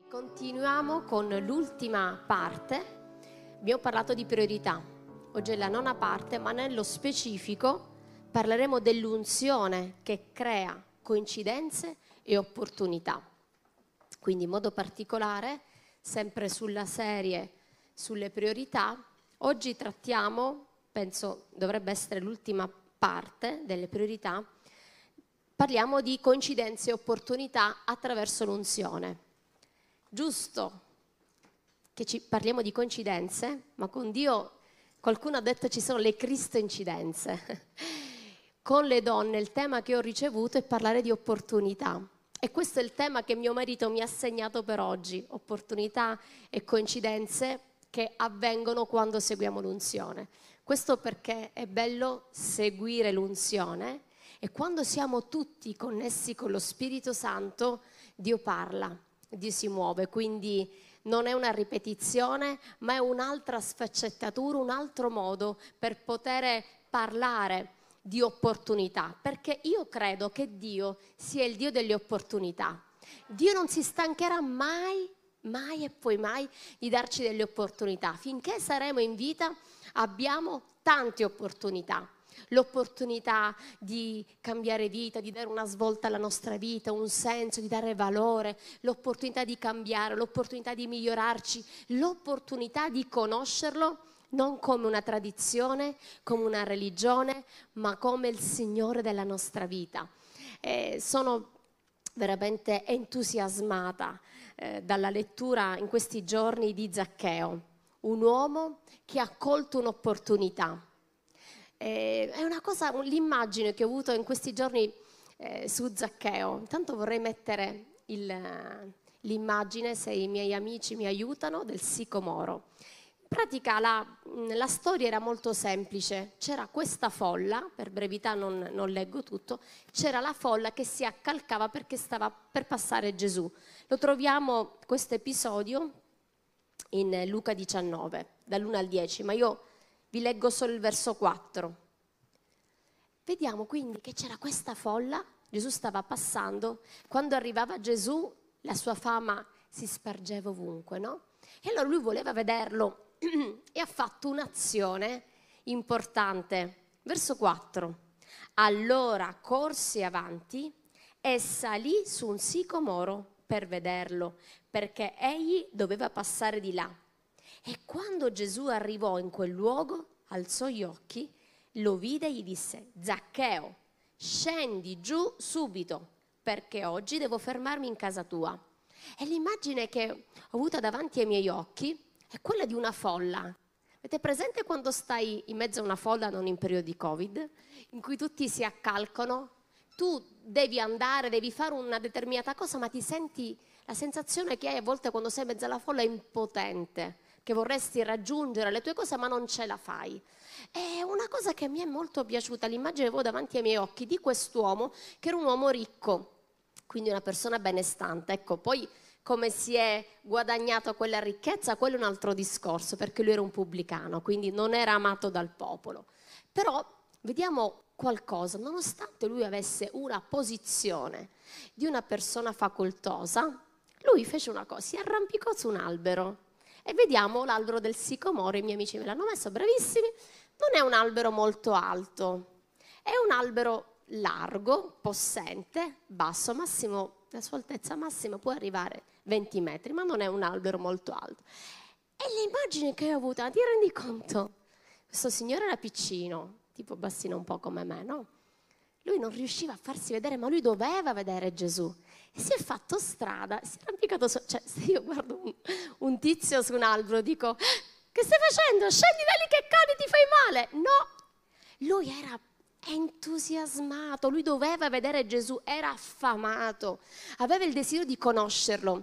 Continuiamo con l'ultima parte. Abbiamo parlato di priorità. Oggi è la nona parte, ma nello specifico parleremo dell'unzione che crea coincidenze e opportunità. Quindi in modo particolare, sempre sulla serie sulle priorità, oggi trattiamo, penso dovrebbe essere l'ultima parte delle priorità, parliamo di coincidenze e opportunità attraverso l'unzione. Giusto che parliamo di coincidenze, ma con Dio qualcuno ha detto ci sono le cristoincidenze. Con le donne il tema che ho ricevuto è parlare di opportunità e questo è il tema che mio marito mi ha assegnato per oggi, opportunità e coincidenze che avvengono quando seguiamo l'unzione. Questo perché è bello seguire l'unzione e quando siamo tutti connessi con lo Spirito Santo Dio parla. Dio si muove, quindi non è una ripetizione, ma è un'altra sfaccettatura, un altro modo per poter parlare di opportunità, perché io credo che Dio sia il Dio delle opportunità. Dio non si stancherà mai, mai e poi mai di darci delle opportunità. Finché saremo in vita abbiamo tante opportunità. L'opportunità di cambiare vita, di dare una svolta alla nostra vita, un senso, di dare valore, l'opportunità di cambiare, l'opportunità di migliorarci, l'opportunità di conoscerlo non come una tradizione, come una religione, ma come il Signore della nostra vita. Sono veramente entusiasmata dalla lettura in questi giorni di Zaccheo, un uomo che ha colto un'opportunità. È una cosa, l'immagine che ho avuto in questi giorni su Zaccheo. Intanto vorrei mettere l'immagine, se i miei amici mi aiutano, del sicomoro. In pratica la storia era molto semplice. C'era questa folla, per brevità non leggo tutto, c'era la folla che si accalcava perché stava per passare Gesù. Lo troviamo, questo episodio, in Luca 19, dall'1 al 10, ma io vi leggo solo il verso 4. Vediamo quindi che c'era questa folla, Gesù stava passando, quando arrivava Gesù la sua fama si spargeva ovunque, no? E allora lui voleva vederlo e ha fatto un'azione importante. Verso 4. Allora corse avanti e salì su un sicomoro per vederlo, perché egli doveva passare di là. E quando Gesù arrivò in quel luogo, alzò gli occhi, lo vide e gli disse: Zaccheo, scendi giù subito, perché oggi devo fermarmi in casa tua. E l'immagine che ho avuta davanti ai miei occhi è quella di una folla. Avete presente quando stai in mezzo a una folla, non in periodo di Covid, in cui tutti si accalcano? Tu devi andare, devi fare una determinata cosa, ma ti senti, la sensazione che hai a volte quando sei in mezzo alla folla è impotente, che vorresti raggiungere le tue cose ma non ce la fai. È una cosa che mi è molto piaciuta, l'immagine che avevo davanti ai miei occhi di quest'uomo che era un uomo ricco, quindi una persona benestante. Ecco, poi come si è guadagnato quella ricchezza, quello è un altro discorso, perché lui era un pubblicano, quindi non era amato dal popolo. Però vediamo qualcosa, nonostante lui avesse una posizione di una persona facoltosa, lui fece una cosa, si arrampicò su un albero. E vediamo l'albero del sicomoro, i miei amici me l'hanno messo, bravissimi. Non è un albero molto alto, è un albero largo, possente, basso, massimo, la sua altezza massima può arrivare 20 metri, ma non è un albero molto alto. E l'immagine che ho avuto, ti rendi conto? Questo signore era piccino, tipo bassino un po' come me, no? Lui non riusciva a farsi vedere, ma lui doveva vedere Gesù. E si è fatto strada, si è arrampicato su, cioè se io guardo un tizio su un albero dico: che stai facendo? Scendi da lì che cadi, ti fai male. No, lui era entusiasmato, lui doveva vedere Gesù, era affamato, aveva il desiderio di conoscerlo.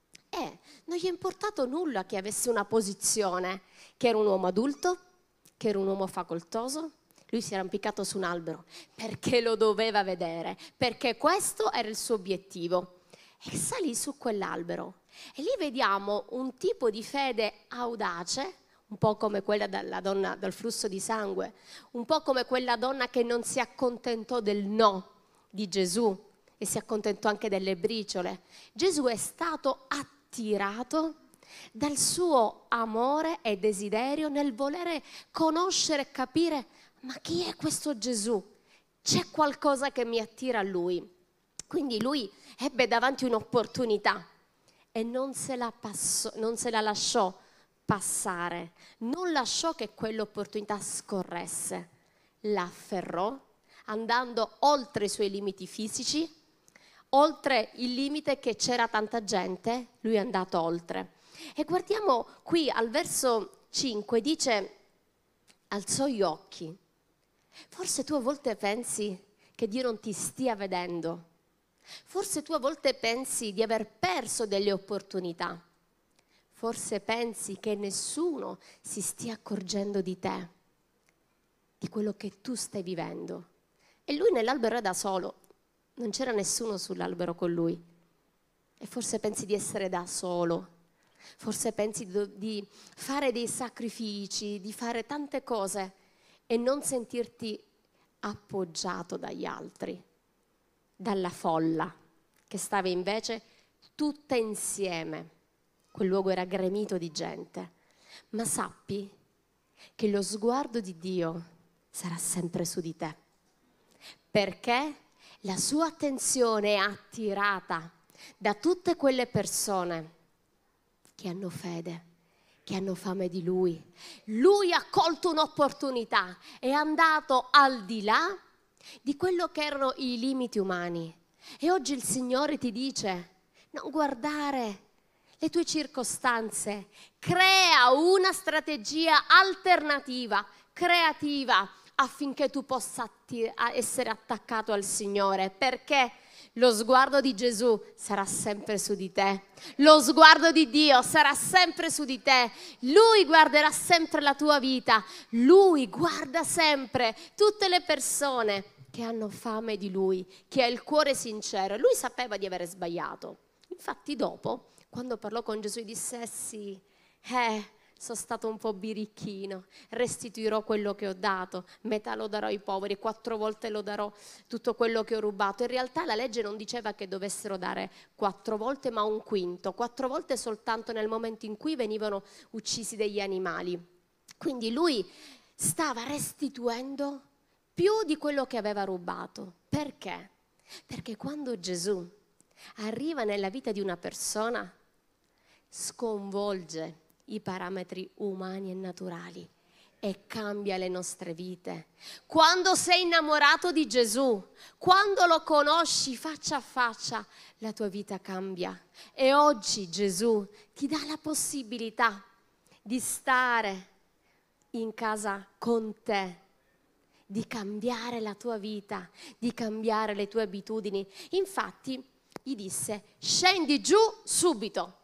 E non gli è importato nulla che avesse una posizione, che era un uomo adulto, che era un uomo facoltoso. Lui si è arrampicato su un albero perché lo doveva vedere, perché questo era il suo obiettivo. E salì su quell'albero. E lì vediamo un tipo di fede audace, un po' come quella della donna dal flusso di sangue, un po' come quella donna che non si accontentò del no di Gesù e si accontentò anche delle briciole. Gesù è stato attento attirato dal suo amore e desiderio nel volere conoscere e capire: ma chi è questo Gesù? C'è qualcosa che mi attira a lui. Quindi lui ebbe davanti un'opportunità e non se la lasciò passare, non lasciò che quell'opportunità scorresse, la afferrò andando oltre i suoi limiti fisici, oltre il limite che c'era tanta gente, lui è andato oltre. E guardiamo qui al verso 5, dice: alzò gli occhi. Forse tu a volte pensi che Dio non ti stia vedendo, forse tu a volte pensi di aver perso delle opportunità, forse pensi che nessuno si stia accorgendo di te, di quello che tu stai vivendo. E lui nell'albero era da solo, non c'era nessuno sull'albero con lui. E forse pensi di essere da solo, forse pensi di fare dei sacrifici, di fare tante cose e non sentirti appoggiato dagli altri, dalla folla che stava invece tutta insieme. Quel luogo era gremito di gente. Ma sappi che lo sguardo di Dio sarà sempre su di te, perché la sua attenzione è attirata da tutte quelle persone che hanno fede, che hanno fame di Lui. Lui ha colto un'opportunità, è andato al di là di quello che erano i limiti umani. E oggi il Signore ti dice: non guardare le tue circostanze, crea una strategia alternativa, creativa, affinché tu possa essere attaccato al Signore, perché lo sguardo di Gesù sarà sempre su di te, lo sguardo di Dio sarà sempre su di te, Lui guarderà sempre la tua vita, Lui guarda sempre tutte le persone che hanno fame di Lui, che ha il cuore sincero. Lui sapeva di avere sbagliato, infatti dopo, quando parlò con Gesù, disse: sì, sono stato un po' birichino, restituirò quello che ho dato, metà lo darò ai poveri, 4 volte lo darò tutto quello che ho rubato. In realtà la legge non diceva che dovessero dare 4 volte, ma un quinto, 4 volte soltanto nel momento in cui venivano uccisi degli animali. Quindi lui stava restituendo più di quello che aveva rubato. Perché? Perché quando Gesù arriva nella vita di una persona, sconvolge i parametri umani e naturali e cambia le nostre vite. Quando sei innamorato di Gesù, quando lo conosci faccia a faccia, la tua vita cambia. E oggi Gesù ti dà la possibilità di stare in casa con te, di cambiare la tua vita, di cambiare le tue abitudini. Infatti gli disse: scendi giù subito.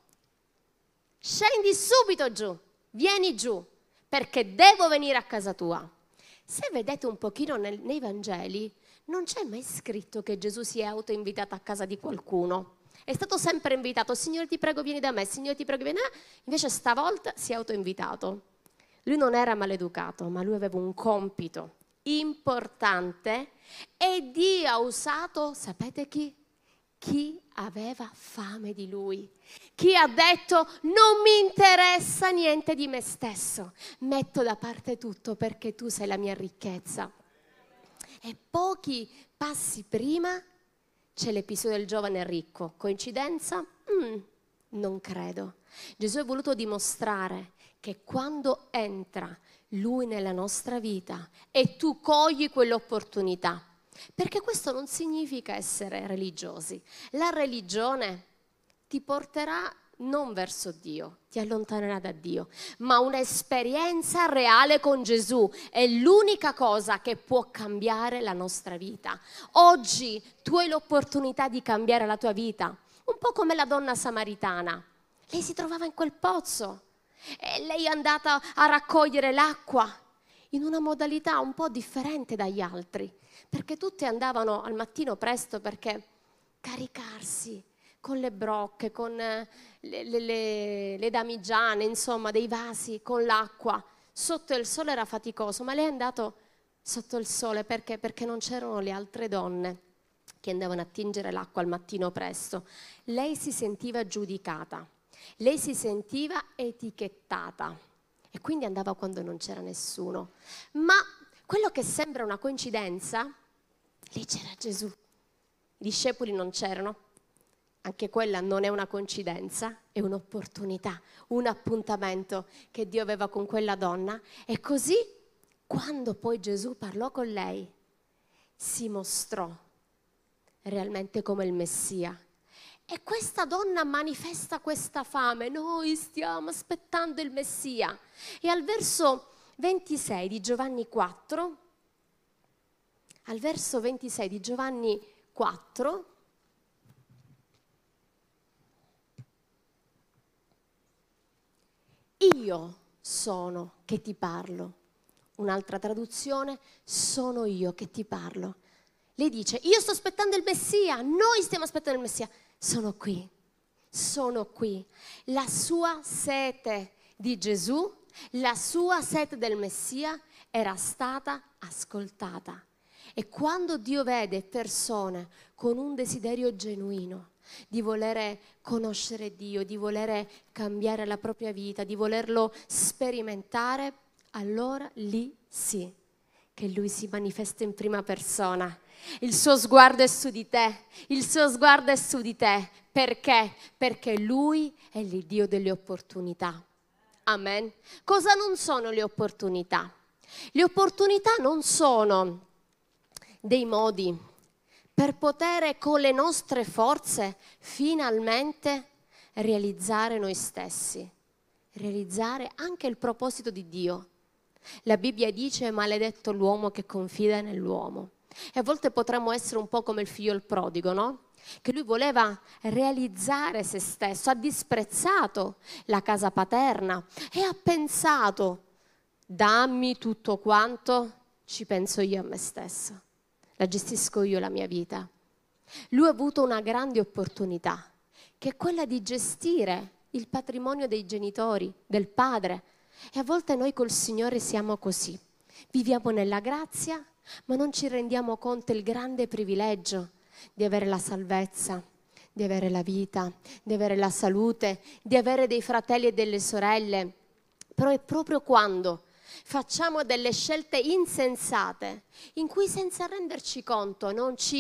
Scendi subito giù, vieni giù, perché devo venire a casa tua. Se vedete un pochino nei Vangeli, non c'è mai scritto che Gesù si è autoinvitato a casa di qualcuno. È stato sempre invitato: Signore ti prego vieni da me, Signore ti prego vieni da me. Invece stavolta si è autoinvitato. Lui non era maleducato, ma lui aveva un compito importante e Dio ha usato, sapete chi? Chi aveva fame di Lui, chi ha detto: non mi interessa niente di me stesso, metto da parte tutto perché tu sei la mia ricchezza. E pochi passi prima c'è l'episodio del giovane ricco. Coincidenza? Non credo. Gesù ha voluto dimostrare che quando entra Lui nella nostra vita e tu cogli quell'opportunità, perché questo non significa essere religiosi. La religione ti porterà non verso Dio, ti allontanerà da Dio, ma un'esperienza reale con Gesù è l'unica cosa che può cambiare la nostra vita. Oggi tu hai l'opportunità di cambiare la tua vita, un po' come la donna samaritana. Lei si trovava in quel pozzo e lei è andata a raccogliere l'acqua in una modalità un po' differente dagli altri, perché tutti andavano al mattino presto perché caricarsi con le brocche, con le damigiane, insomma dei vasi con l'acqua. Sotto il sole era faticoso, ma lei è andata sotto il sole perché non c'erano le altre donne che andavano a tingere l'acqua al mattino presto. Lei si sentiva giudicata. Lei si sentiva etichettata e quindi andava quando non c'era nessuno. Ma quello che sembra una coincidenza, lì c'era Gesù. I discepoli non c'erano. Anche quella non è una coincidenza, è un'opportunità, un appuntamento che Dio aveva con quella donna. E così, quando poi Gesù parlò con lei, si mostrò realmente come il Messia. E questa donna manifesta questa fame. Noi stiamo aspettando il Messia. E al verso 26 di Giovanni 4, al verso 26 di Giovanni 4, io sono che ti parlo. Un'altra traduzione, sono io che ti parlo. Lei dice, io sto aspettando il Messia, noi stiamo aspettando il Messia. Sono qui, sono qui. La sua sete di Gesù, la sua sete del Messia era stata ascoltata. E quando Dio vede persone con un desiderio genuino di volere conoscere Dio, di volere cambiare la propria vita, di volerlo sperimentare, allora lì sì che Lui si manifesta in prima persona. Il suo sguardo è su di te, il suo sguardo è su di te. Perché? Perché Lui è l'Iddio delle opportunità. Amen. Cosa non sono le opportunità? Le opportunità non sono dei modi per poter con le nostre forze finalmente realizzare noi stessi, realizzare anche il proposito di Dio. La Bibbia dice maledetto l'uomo che confida nell'uomo. E a volte potremmo essere un po' come il figlio il prodigo, no? Che lui voleva realizzare se stesso, ha disprezzato la casa paterna e ha pensato, dammi tutto quanto, ci penso io a me stesso. La gestisco io la mia vita. Lui ha avuto una grande opportunità, che è quella di gestire il patrimonio dei genitori, del padre. E a volte noi col Signore siamo così. Viviamo nella grazia, ma non ci rendiamo conto del grande privilegio di avere la salvezza, di avere la vita, di avere la salute, di avere dei fratelli e delle sorelle. Però è proprio quando facciamo delle scelte insensate, in cui senza renderci conto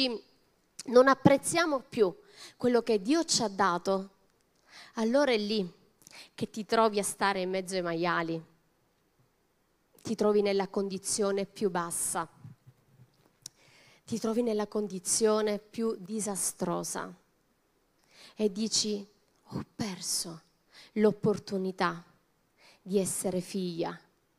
non apprezziamo più quello che Dio ci ha dato, allora è lì che ti trovi a stare in mezzo ai maiali, ti trovi nella condizione più bassa, ti trovi nella condizione più disastrosa e dici, ho perso l'opportunità di essere figlia.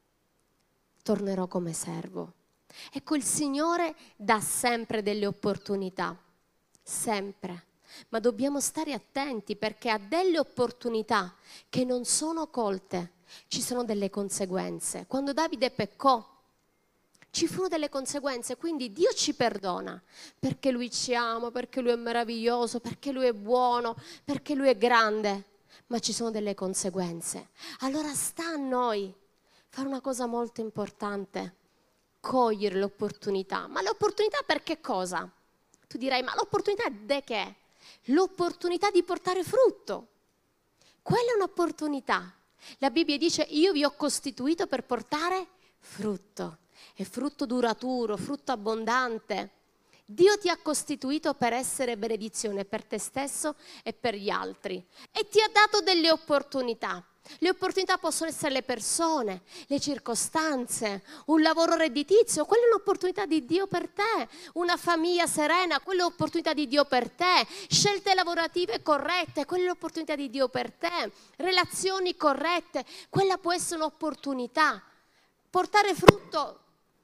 Tornerò come servo. Ecco, il Signore dà sempre delle opportunità, sempre, ma dobbiamo stare attenti perché a delle opportunità che non sono colte ci sono delle conseguenze. Quando Davide peccò ci furono delle conseguenze, quindi Dio ci perdona perché Lui ci ama, perché Lui è meraviglioso, perché Lui è buono, perché Lui è grande, ma ci sono delle conseguenze. Allora sta a noi fare una cosa molto importante, cogliere l'opportunità. Ma l'opportunità per che cosa? Tu dirai, ma l'opportunità di che? L'opportunità di portare frutto. Quella è un'opportunità. La Bibbia dice, io vi ho costituito per portare frutto. E frutto duraturo, frutto abbondante. Dio ti ha costituito per essere benedizione per te stesso e per gli altri. E ti ha dato delle opportunità. Le opportunità possono essere le persone, le circostanze, un lavoro redditizio, quella è un'opportunità di Dio per te, una famiglia serena, quella è un'opportunità di Dio per te, scelte lavorative corrette, quella è un'opportunità di Dio per te, relazioni corrette, quella può essere un'opportunità. Portare frutto.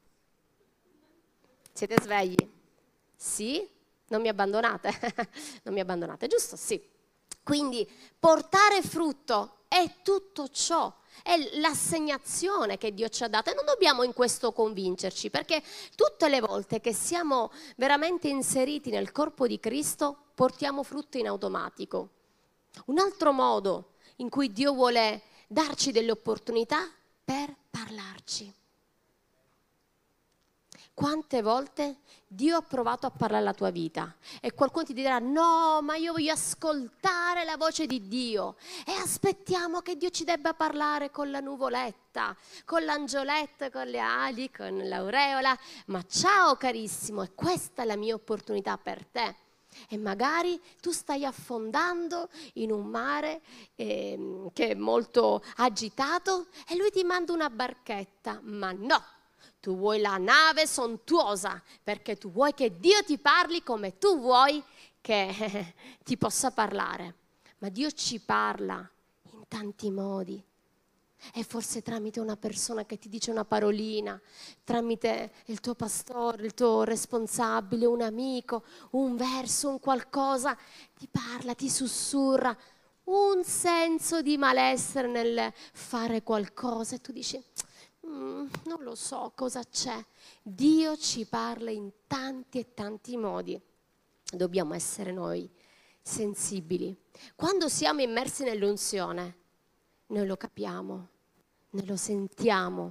Siete svegli? Sì? Non mi abbandonate? Non mi abbandonate, giusto? Sì. Quindi portare frutto è tutto ciò, è l'assegnazione che Dio ci ha dato e non dobbiamo in questo convincerci, perché tutte le volte che siamo veramente inseriti nel corpo di Cristo portiamo frutto in automatico. Un altro modo in cui Dio vuole darci delle opportunità per parlarci. Quante volte Dio ha provato a parlare alla tua vita e qualcuno ti dirà no, ma io voglio ascoltare la voce di Dio e aspettiamo che Dio ci debba parlare con la nuvoletta, con l'angioletto, con le ali, con l'aureola, ma ciao carissimo, e questa è la mia opportunità per te. E magari tu stai affondando in un mare che è molto agitato e lui ti manda una barchetta, ma no! Tu vuoi la nave sontuosa perché tu vuoi che Dio ti parli come tu vuoi che ti possa parlare. Ma Dio ci parla in tanti modi. E forse tramite una persona che ti dice una parolina, tramite il tuo pastore, il tuo responsabile, un amico, un verso, un qualcosa, ti parla, ti sussurra, un senso di malessere nel fare qualcosa e tu dici non lo so cosa c'è. Dio ci parla in tanti e tanti modi. Dobbiamo essere noi sensibili. Quando siamo immersi nell'unzione, noi lo capiamo, noi lo sentiamo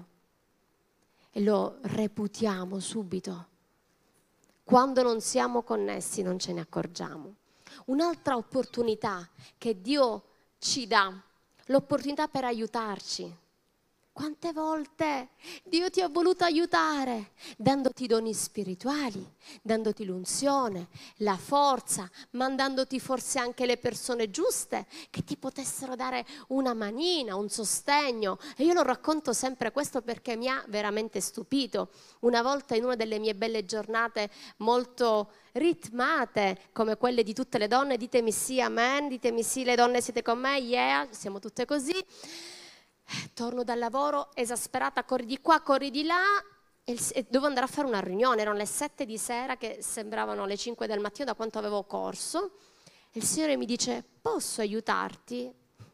e lo reputiamo subito. Quando non siamo connessi non ce ne accorgiamo. Un'altra opportunità che Dio ci dà, l'opportunità per aiutarci. Quante volte Dio ti ha voluto aiutare, dandoti doni spirituali, dandoti l'unzione, la forza, mandandoti forse anche le persone giuste che ti potessero dare una manina, un sostegno. E io lo racconto sempre questo perché mi ha veramente stupito. Una volta in una delle mie belle giornate molto ritmate come quelle di tutte le donne, ditemi sì, amen, ditemi sì, le donne siete con me, yeah, siamo tutte così. Torno dal lavoro esasperata, corri di qua, corri di là e dovevo andare a fare una riunione, erano le 7 di sera che sembravano le 5 del mattino da quanto avevo corso e il Signore mi dice posso aiutarti?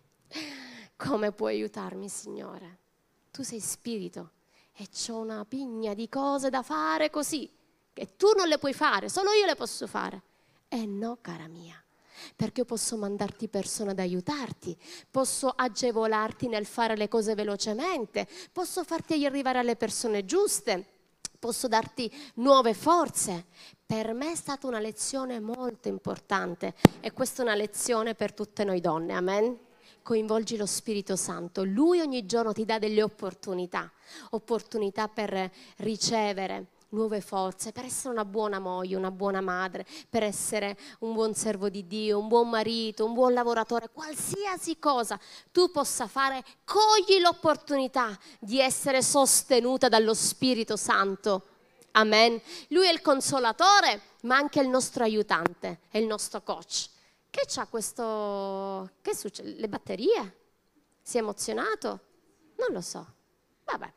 Come puoi aiutarmi, Signore? Tu sei spirito e c'ho una pigna di cose da fare così che tu non le puoi fare, solo io le posso fare. No, cara mia. Perché io posso mandarti persone ad aiutarti, posso agevolarti nel fare le cose velocemente, posso farti arrivare alle persone giuste, posso darti nuove forze. Per me è stata una lezione molto importante e questa è una lezione per tutte noi donne, amen? Coinvolgi lo Spirito Santo, Lui ogni giorno ti dà delle opportunità per ricevere nuove forze, per essere una buona moglie, una buona madre, per essere un buon servo di Dio, un buon marito, un buon lavoratore, qualsiasi cosa tu possa fare, cogli l'opportunità di essere sostenuta dallo Spirito Santo. Amen. Lui è il consolatore, ma anche il nostro aiutante, è il nostro coach. Che c'ha questo? Che succede? Le batterie? Si è emozionato? Non lo so. Vabbè.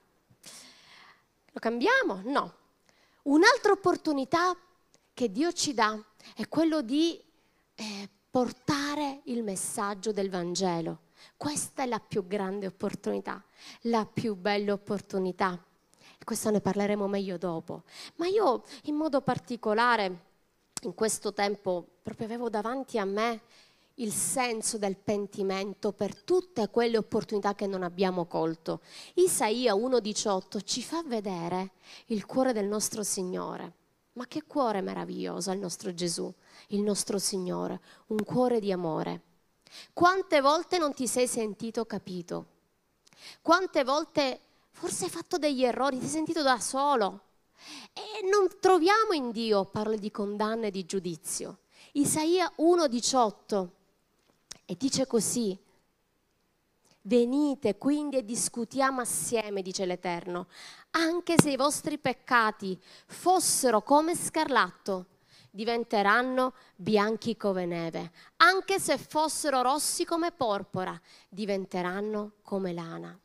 Lo cambiamo? No. Un'altra opportunità che Dio ci dà è quello di portare il messaggio del Vangelo. Questa è la più grande opportunità, la più bella opportunità. E questo ne parleremo meglio dopo. Ma io in modo particolare in questo tempo proprio avevo davanti a me il senso del pentimento per tutte quelle opportunità che non abbiamo colto. Isaia 1,18 ci fa vedere il cuore del nostro Signore. Ma che cuore meraviglioso il nostro Gesù, il nostro Signore, un cuore di amore. Quante volte non ti sei sentito capito? Quante volte forse hai fatto degli errori, ti sei sentito da solo? E non troviamo in Dio parole di condanna e di giudizio. Isaia 1,18 e dice così: venite quindi e discutiamo assieme, dice l'Eterno, anche se i vostri peccati fossero come scarlatto, diventeranno bianchi come neve, anche se fossero rossi come porpora, diventeranno come lana.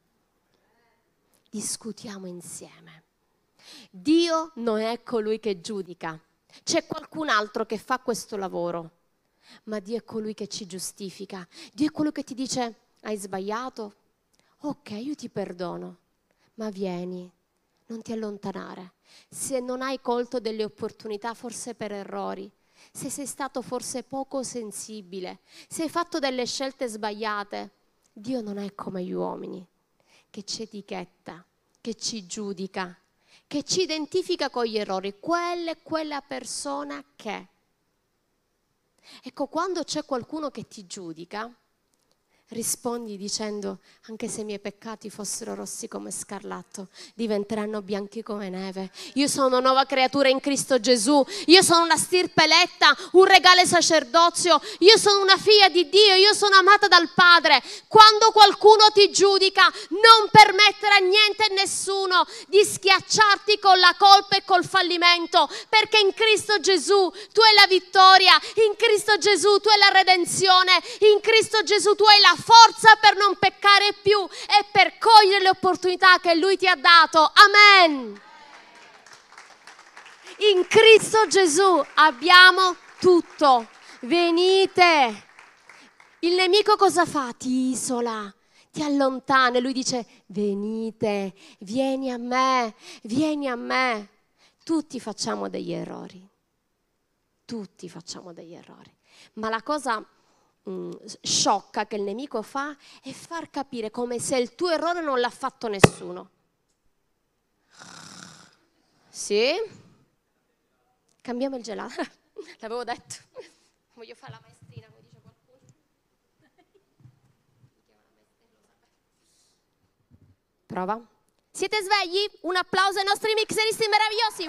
Discutiamo insieme. Dio non è colui che giudica, c'è qualcun altro che fa questo lavoro, ma Dio è colui che ci giustifica. Dio è colui che ti dice: hai sbagliato? Ok, io ti perdono, ma vieni, non ti allontanare. Se non hai colto delle opportunità, forse per errori, se sei stato forse poco sensibile, se hai fatto delle scelte sbagliate, Dio non è come gli uomini, che ci etichetta, che ci giudica, che ci identifica con gli errori, quella persona che. Ecco, quando c'è qualcuno che ti giudica, rispondi dicendo: anche se i miei peccati fossero rossi come scarlatto, diventeranno bianchi come neve. Io sono una nuova creatura in Cristo Gesù, io sono una stirpe eletta, un regale sacerdozio, io sono una figlia di Dio, io sono amata dal Padre. Quando qualcuno ti giudica, non permettere a niente e nessuno di schiacciarti con la colpa e col fallimento, perché in Cristo Gesù tu hai la vittoria, in Cristo Gesù tu hai la redenzione, in Cristo Gesù tu hai la forza per non peccare più e per cogliere le opportunità che Lui ti ha dato. Amen. In Cristo Gesù abbiamo tutto. Venite. Il nemico cosa fa? Ti isola, ti allontana e lui dice: venite, vieni a me, vieni a me. Tutti facciamo degli errori. Tutti facciamo degli errori. Ma la cosa sciocca che il nemico fa è far capire come se il tuo errore non l'ha fatto nessuno. Sì? Cambiamo il gelato. L'avevo detto. Voglio fare la maestrina, come dice qualcuno. Prova. Siete svegli? Un applauso ai nostri mixeristi meravigliosi.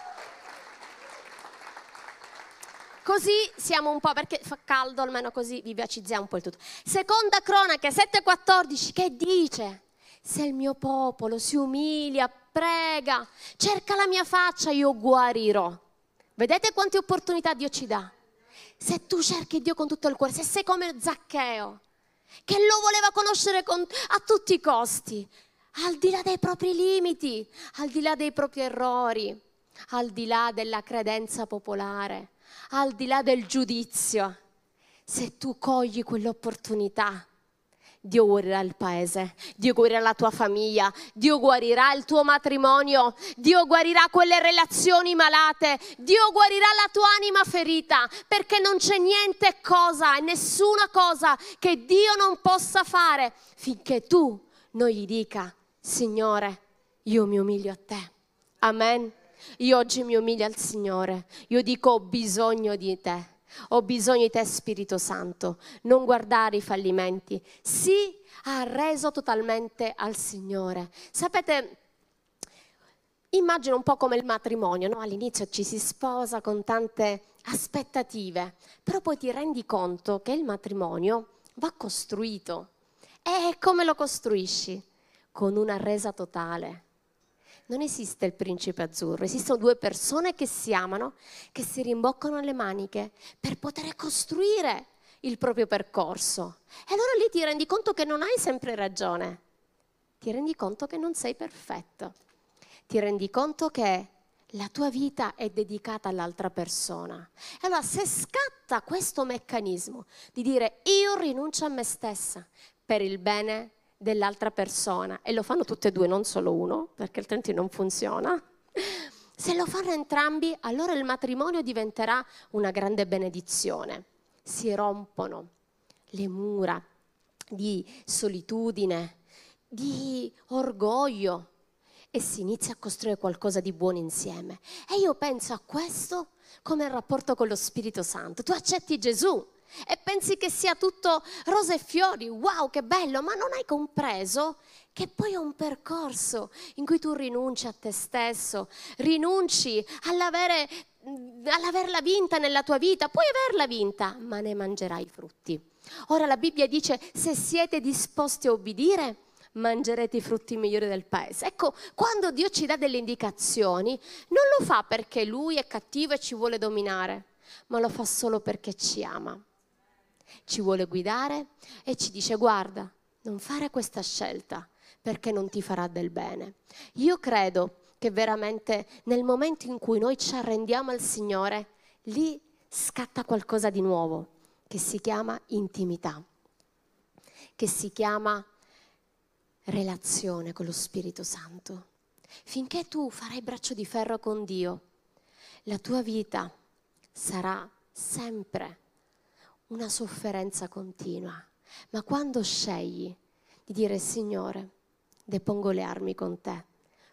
Così siamo un po', perché fa caldo, almeno così vivacizziamo un po' il tutto. Seconda Cronache 7,14, che dice: se il mio popolo si umilia, prega, cerca la mia faccia, io guarirò. Vedete quante opportunità Dio ci dà? Se tu cerchi Dio con tutto il cuore, se sei come Zaccheo, che lo voleva conoscere a tutti i costi, al di là dei propri limiti, al di là dei propri errori, al di là della credenza popolare, al di là del giudizio, se tu cogli quell'opportunità, Dio guarirà il paese, Dio guarirà la tua famiglia, Dio guarirà il tuo matrimonio, Dio guarirà quelle relazioni malate, Dio guarirà la tua anima ferita, perché non c'è niente cosa e nessuna cosa che Dio non possa fare finché tu non gli dica: Signore, io mi umilio a te. Amen. Io oggi mi umilio al Signore, io dico: ho bisogno di te. Ho bisogno di te, Spirito Santo. Non guardare i fallimenti. Si arreso totalmente al Signore. Sapete, immagino un po' come il matrimonio, no? All'inizio ci si sposa con tante aspettative, però poi ti rendi conto che il matrimonio va costruito. E come lo costruisci? Con una resa totale. Non esiste il principe azzurro, esistono due persone che si amano, che si rimboccano le maniche per poter costruire il proprio percorso. E allora lì ti rendi conto che non hai sempre ragione, ti rendi conto che non sei perfetto, ti rendi conto che la tua vita è dedicata all'altra persona. E allora se scatta questo meccanismo di dire: io rinuncio a me stessa per il bene dell'altra persona, e lo fanno tutte e due, non solo uno, perché altrimenti non funziona. Se lo fanno entrambi, allora il matrimonio diventerà una grande benedizione. Si rompono le mura di solitudine, di orgoglio, e si inizia a costruire qualcosa di buono insieme. E io penso a questo come il rapporto con lo Spirito Santo. Tu accetti Gesù e pensi che sia tutto rose e fiori, wow, che bello, ma non hai compreso che poi è un percorso in cui tu rinunci a te stesso, rinunci all'averla vinta nella tua vita. Puoi averla vinta, ma ne mangerai i frutti. Ora la Bibbia dice: se siete disposti a obbedire, mangerete i frutti migliori del paese. Ecco, quando Dio ci dà delle indicazioni, non lo fa perché Lui è cattivo e ci vuole dominare, ma lo fa solo perché ci ama. Ci vuole guidare e ci dice: guarda, non fare questa scelta perché non ti farà del bene. Io credo che veramente nel momento in cui noi ci arrendiamo al Signore, lì scatta qualcosa di nuovo, che si chiama intimità, che si chiama relazione con lo Spirito Santo. Finché tu farai braccio di ferro con Dio, la tua vita sarà sempre una sofferenza continua. Ma quando scegli di dire: Signore, depongo le armi con te,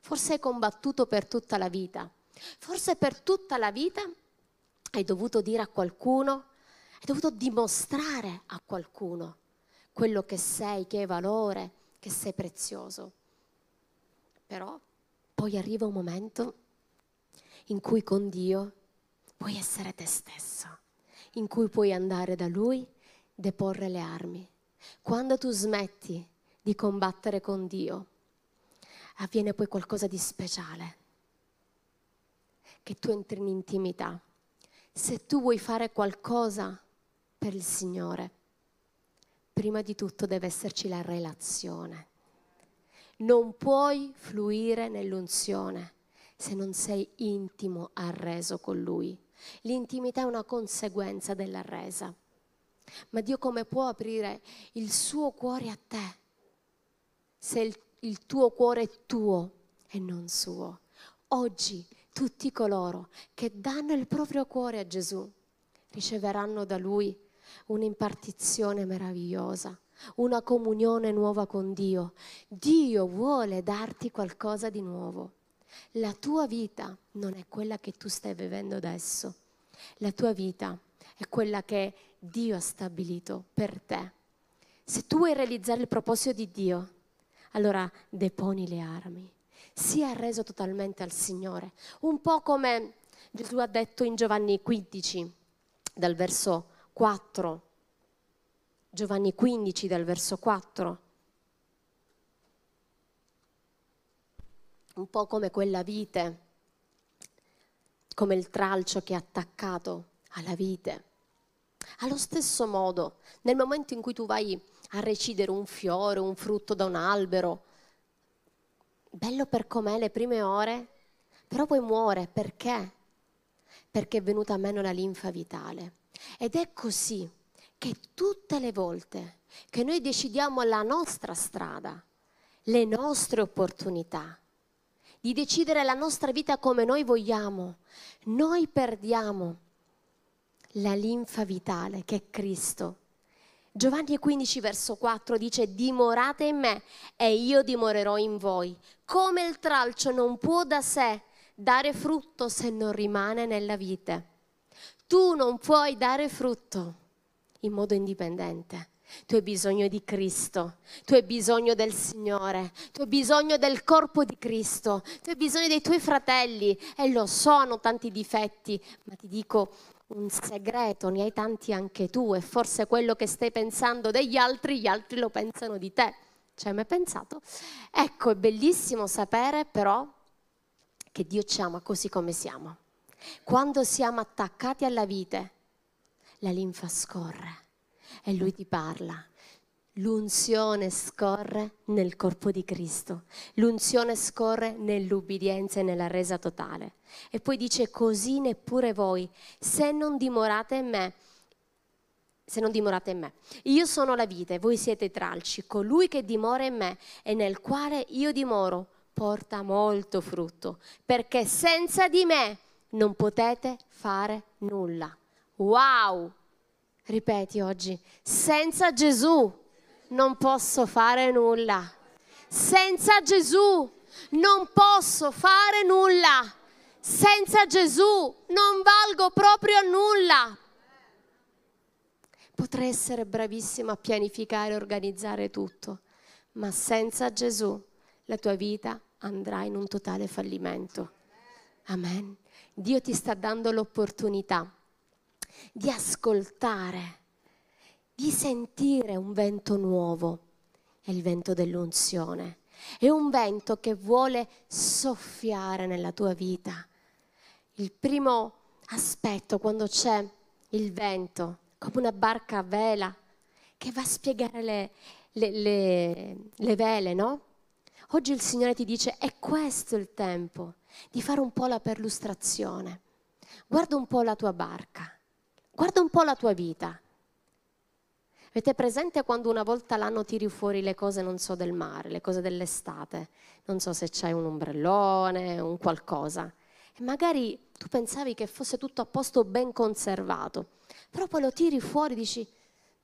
Forse hai combattuto per tutta la vita. Forse per tutta la vita hai dovuto dire a qualcuno, hai dovuto dimostrare a qualcuno quello che sei, che hai valore, che sei prezioso. Però poi arriva un momento in cui con Dio puoi essere te stesso, in cui puoi andare da Lui, deporre le armi. Quando tu smetti di combattere con Dio, avviene poi qualcosa di speciale, che tu entri in intimità. Se tu vuoi fare qualcosa per il Signore, prima di tutto deve esserci la relazione. Non puoi fluire nell'unzione se non sei intimo, arreso con Lui. L'intimità è una conseguenza della resa. Ma Dio come può aprire il suo cuore a te se il tuo cuore è tuo e non suo? Oggi tutti coloro che danno il proprio cuore a Gesù riceveranno da Lui un'impartizione meravigliosa, una comunione nuova con Dio. Dio vuole darti qualcosa di nuovo. La tua vita non è quella che tu stai vivendo adesso. La tua vita è quella che Dio ha stabilito per te. Se tu vuoi realizzare il proposito di Dio, allora deponi le armi. Sii arreso totalmente al Signore. Un po' come Gesù ha detto in Giovanni 15, dal verso 4. Giovanni 15, dal verso 4. Un po' come quella vite, come il tralcio che è attaccato alla vite. Allo stesso modo, nel momento in cui tu vai a recidere un fiore, un frutto da un albero, bello per com'è le prime ore, però poi muore. Perché? Perché è venuta meno la linfa vitale. Ed è così che tutte le volte che noi decidiamo la nostra strada, le nostre opportunità, di decidere la nostra vita come noi vogliamo, noi perdiamo la linfa vitale che è Cristo. Giovanni 15 verso 4 dice: dimorate in me e io dimorerò in voi. Come il tralcio non può da sé dare frutto se non rimane nella vite. Tu non puoi dare frutto in modo indipendente. Tu hai bisogno di Cristo, tu hai bisogno del Signore, tu hai bisogno del corpo di Cristo, tu hai bisogno dei tuoi fratelli, e lo so, hanno tanti difetti, ma ti dico un segreto, ne hai tanti anche tu, e forse quello che stai pensando degli altri, gli altri lo pensano di te. Ci hai mai pensato? Ecco, è bellissimo sapere però che Dio ci ama così come siamo. Quando siamo attaccati alla vite, la linfa scorre e Lui ti parla. L'unzione scorre nel corpo di Cristo, l'unzione scorre nell'ubbidienza e nella resa totale. E poi dice: così neppure voi, se non dimorate in me. Io sono la vite, voi siete i tralci. Colui che dimora in me e nel quale io dimoro porta molto frutto, perché senza di me non potete fare nulla. Wow! Ripeti oggi: senza Gesù non posso fare nulla. Senza Gesù non posso fare nulla. Senza Gesù non valgo proprio a nulla. Potrei essere bravissima a pianificare e organizzare tutto, ma senza Gesù la tua vita andrà in un totale fallimento. Amen. Dio ti sta dando l'opportunità di ascoltare, di sentire un vento nuovo. È il vento dell'unzione. È un vento che vuole soffiare nella tua vita. Il primo aspetto, quando c'è il vento, come una barca a vela che va a spiegare le vele, no? Oggi il Signore ti dice: è questo il tempo di fare un po' la perlustrazione. Guarda un po' la tua barca, guarda un po' la tua vita. Avete presente quando una volta l'anno tiri fuori le cose, non so, del mare, le cose dell'estate? Non so se c'hai un ombrellone, un qualcosa. E magari tu pensavi che fosse tutto a posto, ben conservato. Però poi lo tiri fuori e dici: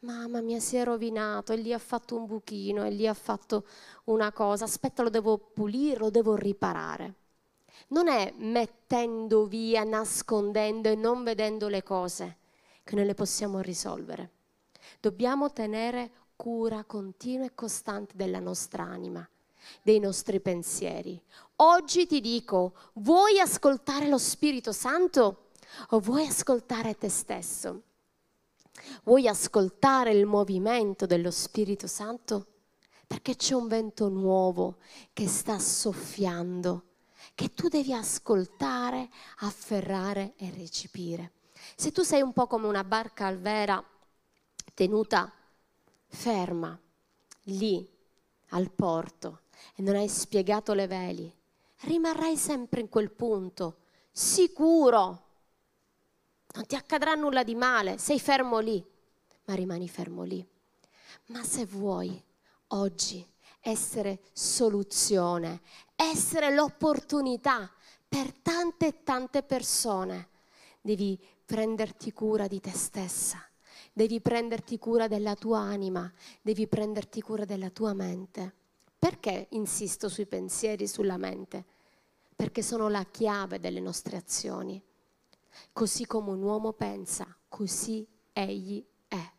Mamma mia, si è rovinato, e lì ha fatto un buchino, e lì ha fatto una cosa, aspetta, lo devo pulire, lo devo riparare. Non è mettendo via, nascondendo e non vedendo le cose che noi le possiamo risolvere. Dobbiamo tenere cura continua e costante della nostra anima, dei nostri pensieri. Oggi ti dico, vuoi ascoltare lo Spirito Santo o vuoi ascoltare te stesso? Vuoi ascoltare il movimento dello Spirito Santo? Perché c'è un vento nuovo che sta soffiando, che tu devi ascoltare, afferrare e recepire. Se tu sei un po' come una barca al vela tenuta ferma lì al porto e non hai spiegato le veli, rimarrai sempre in quel punto, sicuro. Non ti accadrà nulla di male, sei fermo lì, ma rimani fermo lì. Ma se vuoi oggi essere soluzione, essere l'opportunità per tante e tante persone, devi prenderti cura di te stessa, devi prenderti cura della tua anima, devi prenderti cura della tua mente. Perché insisto sui pensieri, sulla mente? Perché sono la chiave delle nostre azioni. Così come un uomo pensa, così egli è.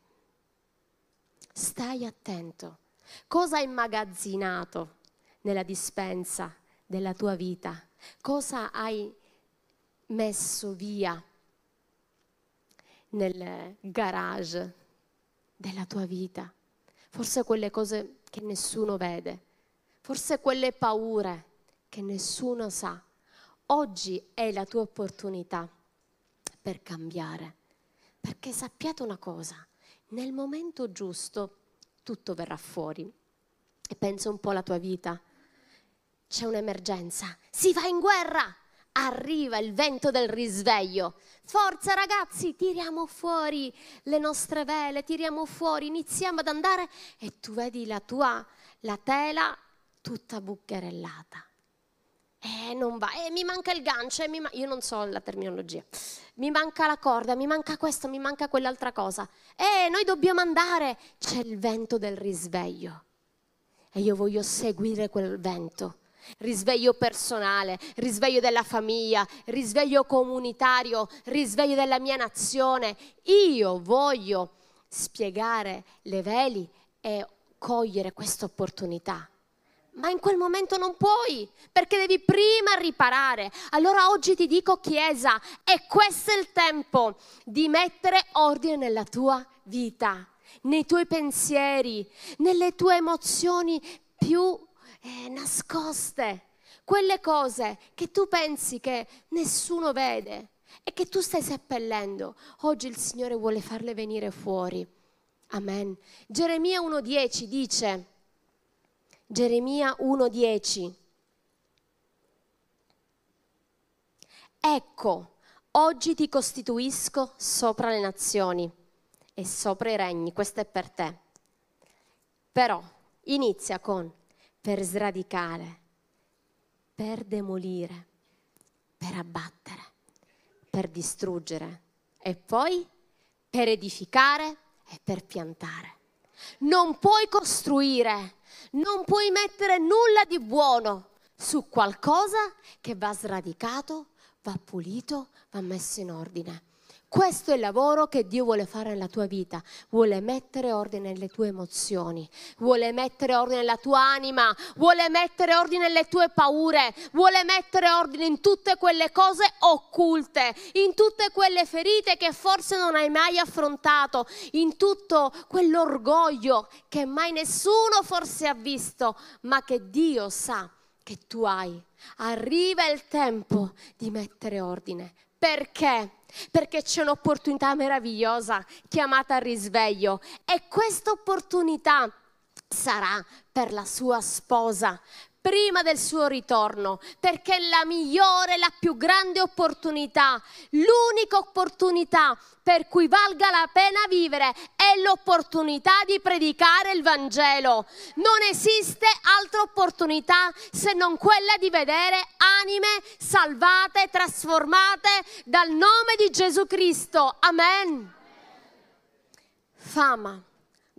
Stai attento. Cosa hai immagazzinato nella dispensa della tua vita? Cosa hai messo via nel garage della tua vita? Forse quelle cose che nessuno vede, forse quelle paure che nessuno sa. Oggi è la tua opportunità per cambiare, perché sappiate una cosa, nel momento giusto tutto verrà fuori. E pensa un po' alla tua vita, c'è un'emergenza, si va in guerra, arriva il vento del risveglio, forza ragazzi, tiriamo fuori le nostre vele, tiriamo fuori, iniziamo ad andare e tu vedi la tela tutta bucherellata. Non va, mi manca il gancio, io non so la terminologia, mi manca la corda, mi manca questo, mi manca quell'altra cosa. Noi dobbiamo andare, c'è il vento del risveglio e io voglio seguire quel vento. Risveglio personale, risveglio della famiglia, risveglio comunitario, risveglio della mia nazione. Io voglio spiegare le veli e cogliere questa opportunità. Ma in quel momento non puoi, perché devi prima riparare. Allora oggi ti dico, Chiesa, e questo è il tempo di mettere ordine nella tua vita, nei tuoi pensieri, nelle tue emozioni più nascoste, quelle cose che tu pensi che nessuno vede e che tu stai seppellendo. Oggi il Signore vuole farle venire fuori. Amen. Geremia 1,10 dice... Geremia 1,10. Ecco, oggi ti costituisco sopra le nazioni e sopra i regni, questo è per te. Però inizia con per sradicare, per demolire, per abbattere, per distruggere e poi per edificare e per piantare. Non puoi costruire, non puoi mettere nulla di buono su qualcosa che va sradicato, va pulito, va messo in ordine. Questo è il lavoro che Dio vuole fare nella tua vita, vuole mettere ordine nelle tue emozioni, vuole mettere ordine nella tua anima, vuole mettere ordine nelle tue paure, vuole mettere ordine in tutte quelle cose occulte, in tutte quelle ferite che forse non hai mai affrontato, in tutto quell'orgoglio che mai nessuno forse ha visto, ma che Dio sa che tu hai. Arriva il tempo di mettere ordine. Perché? Perché c'è un'opportunità meravigliosa chiamata risveglio e questa opportunità sarà per la sua sposa prima del suo ritorno, perché la migliore, la più grande opportunità, l'unica opportunità per cui valga la pena vivere è l'opportunità di predicare il Vangelo. Non esiste altra opportunità se non quella di vedere anime salvate, trasformate dal nome di Gesù Cristo. Amen. Fama,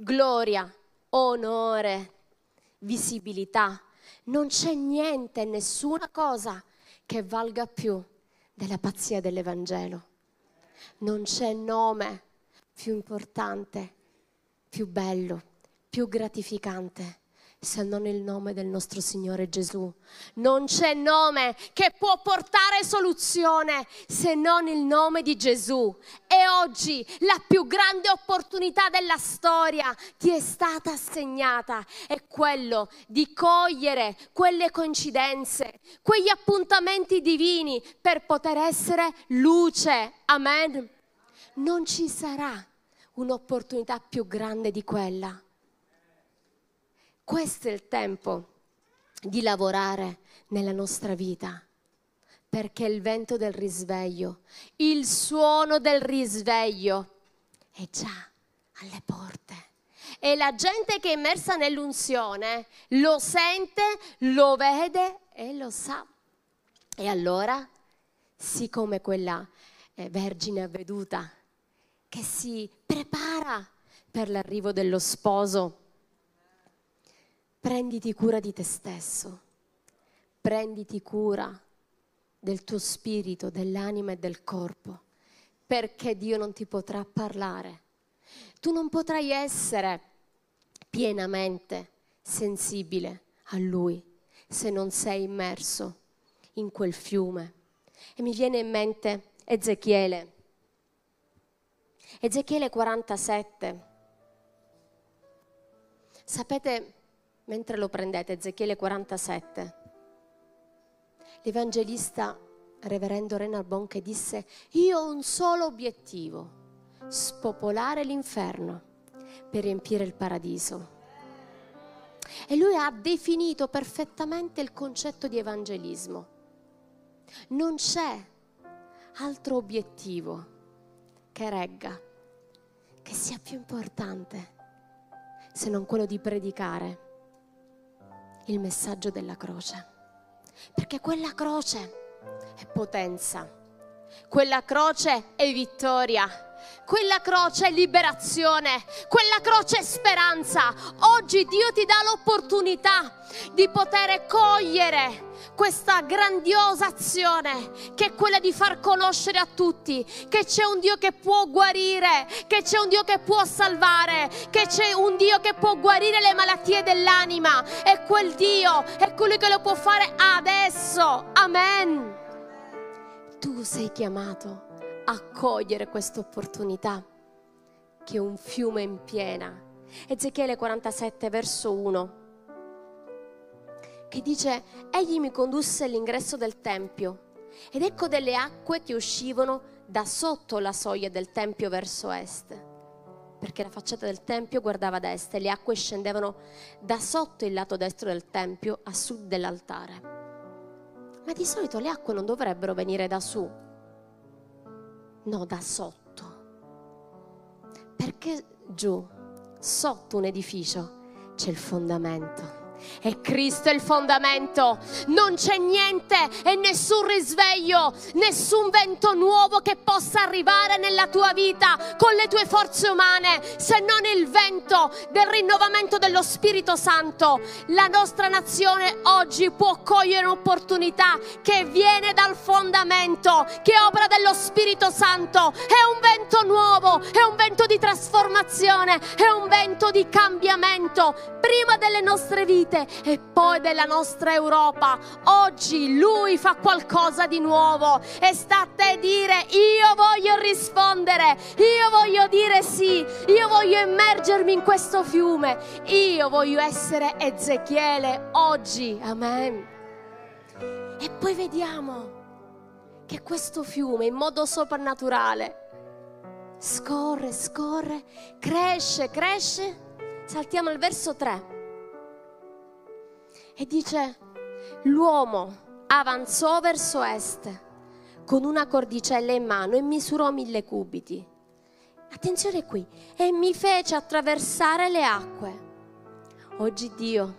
gloria, onore, visibilità. Non c'è niente, nessuna cosa che valga più della pazzia dell'Evangelo. Non c'è nome più importante, più bello, più gratificante se non il nome del nostro Signore Gesù. Non c'è nome che può portare soluzione se non il nome di Gesù. E oggi la più grande opportunità della storia ti è stata assegnata, è quello di cogliere quelle coincidenze, quegli appuntamenti divini per poter essere luce. Amen. Non ci sarà un'opportunità più grande di quella. Questo è il tempo di lavorare nella nostra vita, perché il vento del risveglio, il suono del risveglio è già alle porte. E la gente che è immersa nell'unzione lo sente, lo vede e lo sa. E allora, sì, come quella vergine avveduta che si prepara per l'arrivo dello sposo, prenditi cura di te stesso, prenditi cura del tuo spirito, dell'anima e del corpo, perché Dio non ti potrà parlare. Tu non potrai essere pienamente sensibile a Lui se non sei immerso in quel fiume. E mi viene in mente Ezechiele 47. Sapete, mentre lo prendete, Ezechiele 47, l'evangelista reverendo Reinhard Bonnke disse: io ho un solo obiettivo, spopolare l'inferno per riempire il paradiso. E lui ha definito perfettamente il concetto di evangelismo. Non c'è altro obiettivo che regga, che sia più importante se non quello di predicare il messaggio della croce, perché quella croce è potenza, quella croce è vittoria, quella croce è liberazione, quella croce è speranza. Oggi Dio ti dà l'opportunità di poter cogliere questa grandiosa azione, che è quella di far conoscere a tutti che c'è un Dio che può guarire, che c'è un Dio che può salvare, che c'è un Dio che può guarire le malattie dell'anima, e quel Dio è colui che lo può fare adesso. Amen. Tu sei chiamato a cogliere questa opportunità, che è un fiume in piena. Ezechiele 47 verso 1, che dice: egli mi condusse all'ingresso del tempio, ed ecco delle acque che uscivano da sotto la soglia del tempio verso est, perché la facciata del tempio guardava ad est, e le acque scendevano da sotto il lato destro del tempio a sud dell'altare. Ma di solito le acque non dovrebbero venire da su, no, da sotto, perché giù, sotto un edificio, c'è il fondamento. E Cristo è il fondamento. Non c'è niente e nessun risveglio, nessun vento nuovo che possa arrivare nella tua vita con le tue forze umane, se non il vento del rinnovamento dello Spirito Santo. La nostra nazione oggi può cogliere un'opportunità che viene dal fondamento, che è opera dello Spirito Santo. È un vento nuovo, è un vento di trasformazione, è un vento di cambiamento, prima delle nostre vite e poi della nostra Europa. Oggi Lui fa qualcosa di nuovo e sta a te dire: io voglio rispondere, io voglio dire sì, io voglio immergermi in questo fiume, io voglio essere Ezechiele oggi. Amen. E poi vediamo che questo fiume in modo soprannaturale scorre, cresce. Saltiamo al verso 3 e dice: l'uomo avanzò verso est con una cordicella in mano e misurò 1000 cubiti. Attenzione qui, e mi fece attraversare le acque. Oggi Dio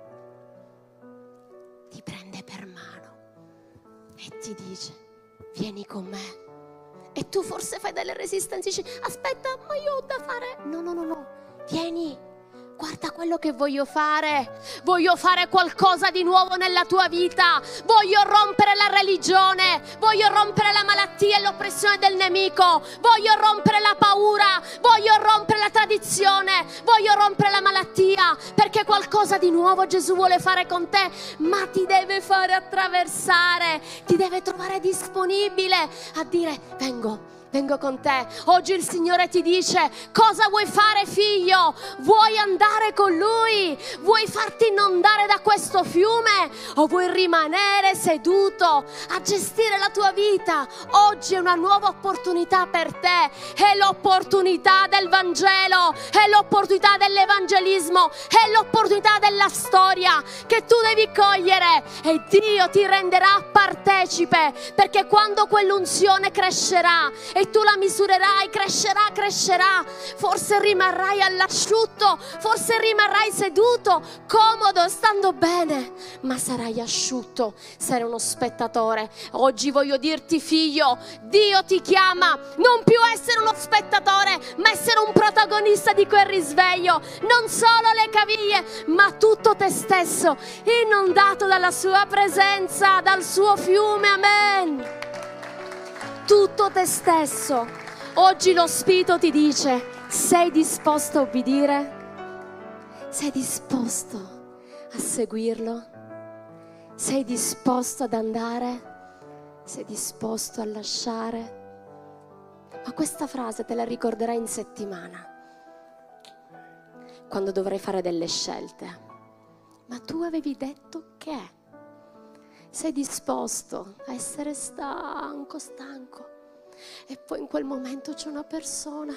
ti prende per mano e ti dice: vieni con me. E tu forse fai delle resistenze, dici: aspetta, ma io ho da fare. No. vieni. Guarda quello che voglio fare qualcosa di nuovo nella tua vita, voglio rompere la religione, voglio rompere la malattia e l'oppressione del nemico, voglio rompere la paura, voglio rompere la tradizione, voglio rompere la malattia, perché qualcosa di nuovo Gesù vuole fare con te, ma ti deve fare attraversare, ti deve trovare disponibile a dire vengo con te. Oggi il Signore ti dice: cosa vuoi fare, figlio? Vuoi andare con Lui? Vuoi farti inondare da questo fiume? O vuoi rimanere seduto a gestire la tua vita? Oggi è una nuova opportunità per te, è l'opportunità del Vangelo, è l'opportunità dell'evangelismo, è l'opportunità della storia che tu devi cogliere, e Dio ti renderà partecipe, perché quando quell'unzione crescerà e tu la misurerai, crescerà, forse rimarrai all'asciutto, forse rimarrai seduto, comodo, stando bene, ma sarai asciutto, sarai uno spettatore. Oggi voglio dirti, figlio, Dio ti chiama non più essere uno spettatore, ma essere un protagonista di quel risveglio, non solo le caviglie, ma tutto te stesso, inondato dalla sua presenza, dal suo fiume, amen. Tutto te stesso. Oggi lo Spirito ti dice: sei disposto a obbedire? Sei disposto a seguirlo? Sei disposto ad andare? Sei disposto a lasciare? Ma questa frase te la ricorderai in settimana, quando dovrai fare delle scelte. Ma tu avevi detto che sei disposto a essere stanco, e poi in quel momento c'è una persona,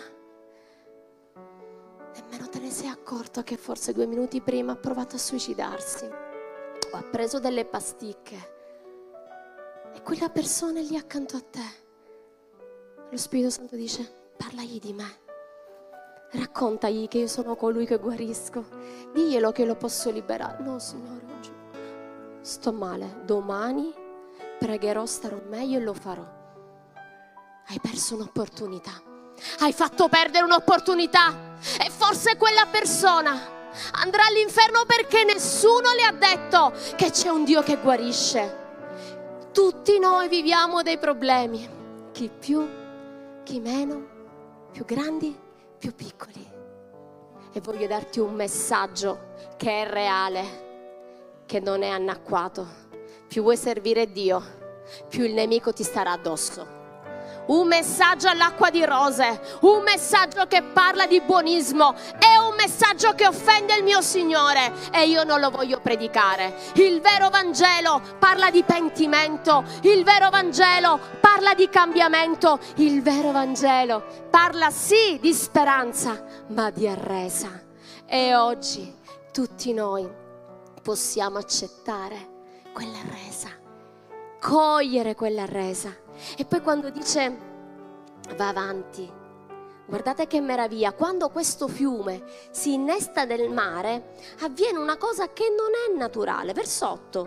nemmeno te ne sei accorto, che forse 2 minuti prima ha provato a suicidarsi o ha preso delle pasticche, e quella persona è lì accanto a te. Lo Spirito Santo dice: parlagli di me, raccontagli che io sono colui che guarisco, diglielo che lo posso liberare. No, Signore, oggi sto male, domani pregherò, starò meglio e lo farò. Hai perso un'opportunità, hai fatto perdere un'opportunità, e forse quella persona andrà all'inferno perché nessuno le ha detto che c'è un Dio che guarisce. Tutti noi viviamo dei problemi, chi più, chi meno, più grandi, più piccoli, e voglio darti un messaggio che è reale, che non è anacquato. Più vuoi servire Dio, più il nemico ti starà addosso. Un messaggio all'acqua di rose, un messaggio che parla di buonismo, è un messaggio che offende il mio Signore, e io non lo voglio predicare. Il vero Vangelo parla di pentimento, il vero Vangelo parla di cambiamento, il vero Vangelo parla sì di speranza, ma di arresa. E oggi tutti noi possiamo accettare quella resa, cogliere quella resa. E poi quando dice va avanti, guardate che meraviglia, quando questo fiume si innesta nel mare avviene una cosa che non è naturale. Verso 8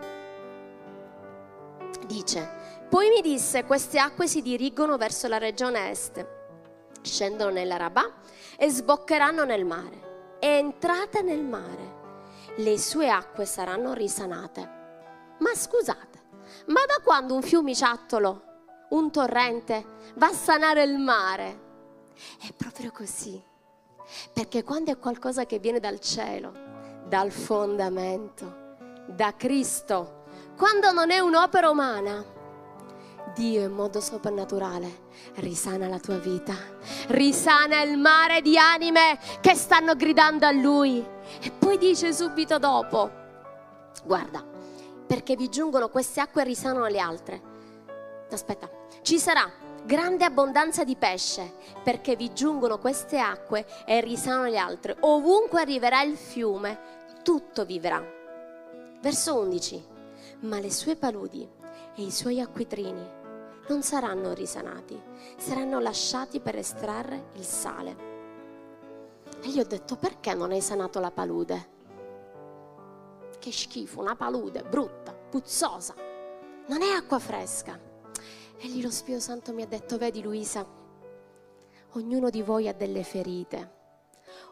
dice: poi mi disse, queste acque si dirigono verso la regione est, scendono nell'Arabà e sboccheranno nel mare, e entrate nel mare, le sue acque saranno risanate. Ma scusate, ma da quando un fiumiciattolo, un torrente va a sanare il mare? È proprio così, perché quando è qualcosa che viene dal cielo, dal fondamento, da Cristo, quando non è un'opera umana, Dio in modo soprannaturale risana la tua vita, risana il mare di anime che stanno gridando a Lui. E poi dice subito dopo: guarda, perché vi giungono queste acque e risanano le altre. Aspetta, ci sarà grande abbondanza di pesce, perché vi giungono queste acque e risanano le altre. Ovunque arriverà il fiume, tutto vivrà. Verso 11: ma le sue paludi e i suoi acquitrini non saranno risanati, saranno lasciati per estrarre il sale. E gli ho detto: perché non hai sanato la palude? Che schifo, una palude brutta, puzzosa, non è acqua fresca. E lì lo Spirito Santo mi ha detto: vedi Luisa, ognuno di voi ha delle ferite,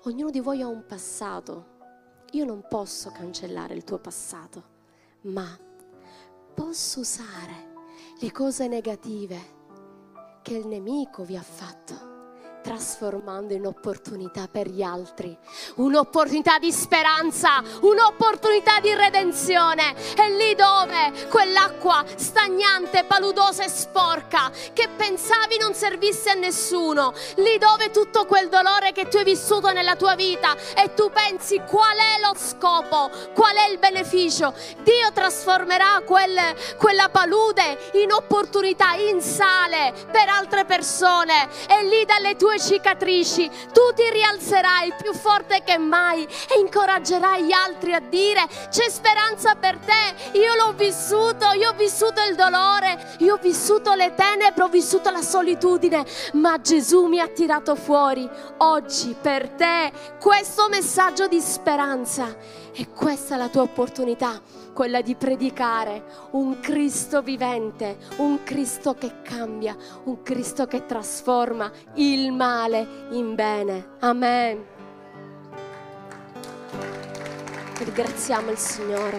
Ognuno di voi ha un passato. Io non posso cancellare il tuo passato, ma posso usare le cose negative che il nemico vi ha fatto, trasformando in opportunità per gli altri, un'opportunità di speranza, un'opportunità di redenzione. E lì dove quell'acqua stagnante, paludosa e sporca che pensavi non servisse a nessuno, lì dove tutto quel dolore che tu hai vissuto nella tua vita e tu pensi qual è lo scopo, qual è il beneficio, Dio trasformerà quella palude in opportunità, in sale per altre persone, e lì dalle tue cicatrici tu ti rialzerai più forte che mai e incoraggerai gli altri a dire: c'è speranza per te, io l'ho vissuto, io ho vissuto il dolore, io ho vissuto le tenebre, ho vissuto la solitudine, ma Gesù mi ha tirato fuori. Oggi per te questo messaggio di speranza, e questa è la tua opportunità, quella di predicare un Cristo vivente, un Cristo che cambia, un Cristo che trasforma il male in bene. Amen. Ringraziamo il Signore.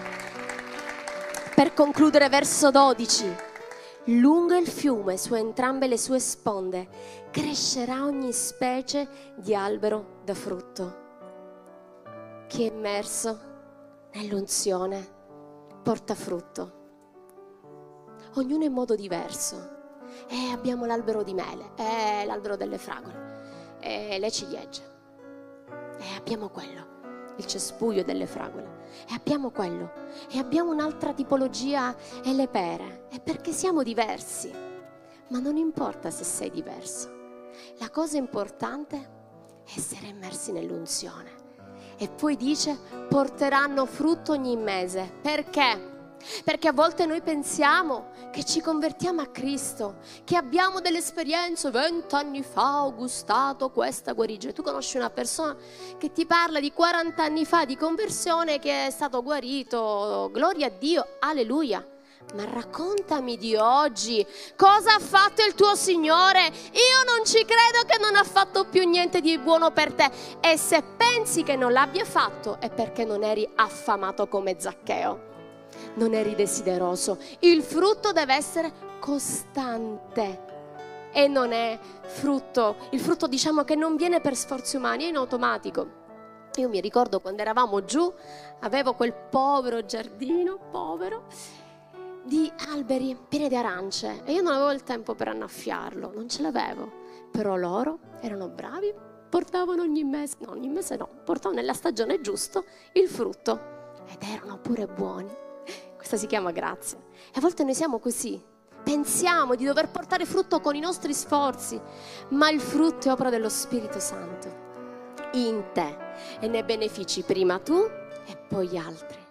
Per concludere, verso 12. Lungo il fiume, su entrambe le sue sponde, crescerà ogni specie di albero da frutto. Chi è immerso nell'unzione porta frutto, ognuno in modo diverso. Abbiamo l'albero di mele, l'albero delle fragole, le ciliegie, abbiamo quello, il cespuglio delle fragole, abbiamo quello, e abbiamo un'altra tipologia, e le pere. È perché siamo diversi, ma non importa se sei diverso, la cosa importante è essere immersi nell'unzione. E poi dice: porteranno frutto ogni mese. Perché? Perché a volte noi pensiamo che ci convertiamo a Cristo, che abbiamo delle esperienze. 20 anni fa ho gustato questa guarigione. Tu conosci una persona che ti parla di 40 anni fa di conversione, che è stato guarito, gloria a Dio, alleluia. Ma raccontami di oggi, cosa ha fatto il tuo Signore? Io non ci credo che non ha fatto più niente di buono per te. E se pensi che non l'abbia fatto, è perché non eri affamato come Zaccheo, non eri desideroso. Il frutto deve essere costante e non è frutto, il frutto diciamo che non viene per sforzi umani, è in automatico. Io mi ricordo quando eravamo giù, avevo quel povero giardino, povero, di alberi pieni di arance, e io non avevo il tempo per annaffiarlo, non ce l'avevo, però loro erano bravi, portavano ogni mese no, portavano nella stagione giusta il frutto, ed erano pure buoni. Questa si chiama grazia. E a volte noi siamo così, pensiamo di dover portare frutto con i nostri sforzi, ma il frutto è opera dello Spirito Santo in te, e ne benefici prima tu e poi gli altri.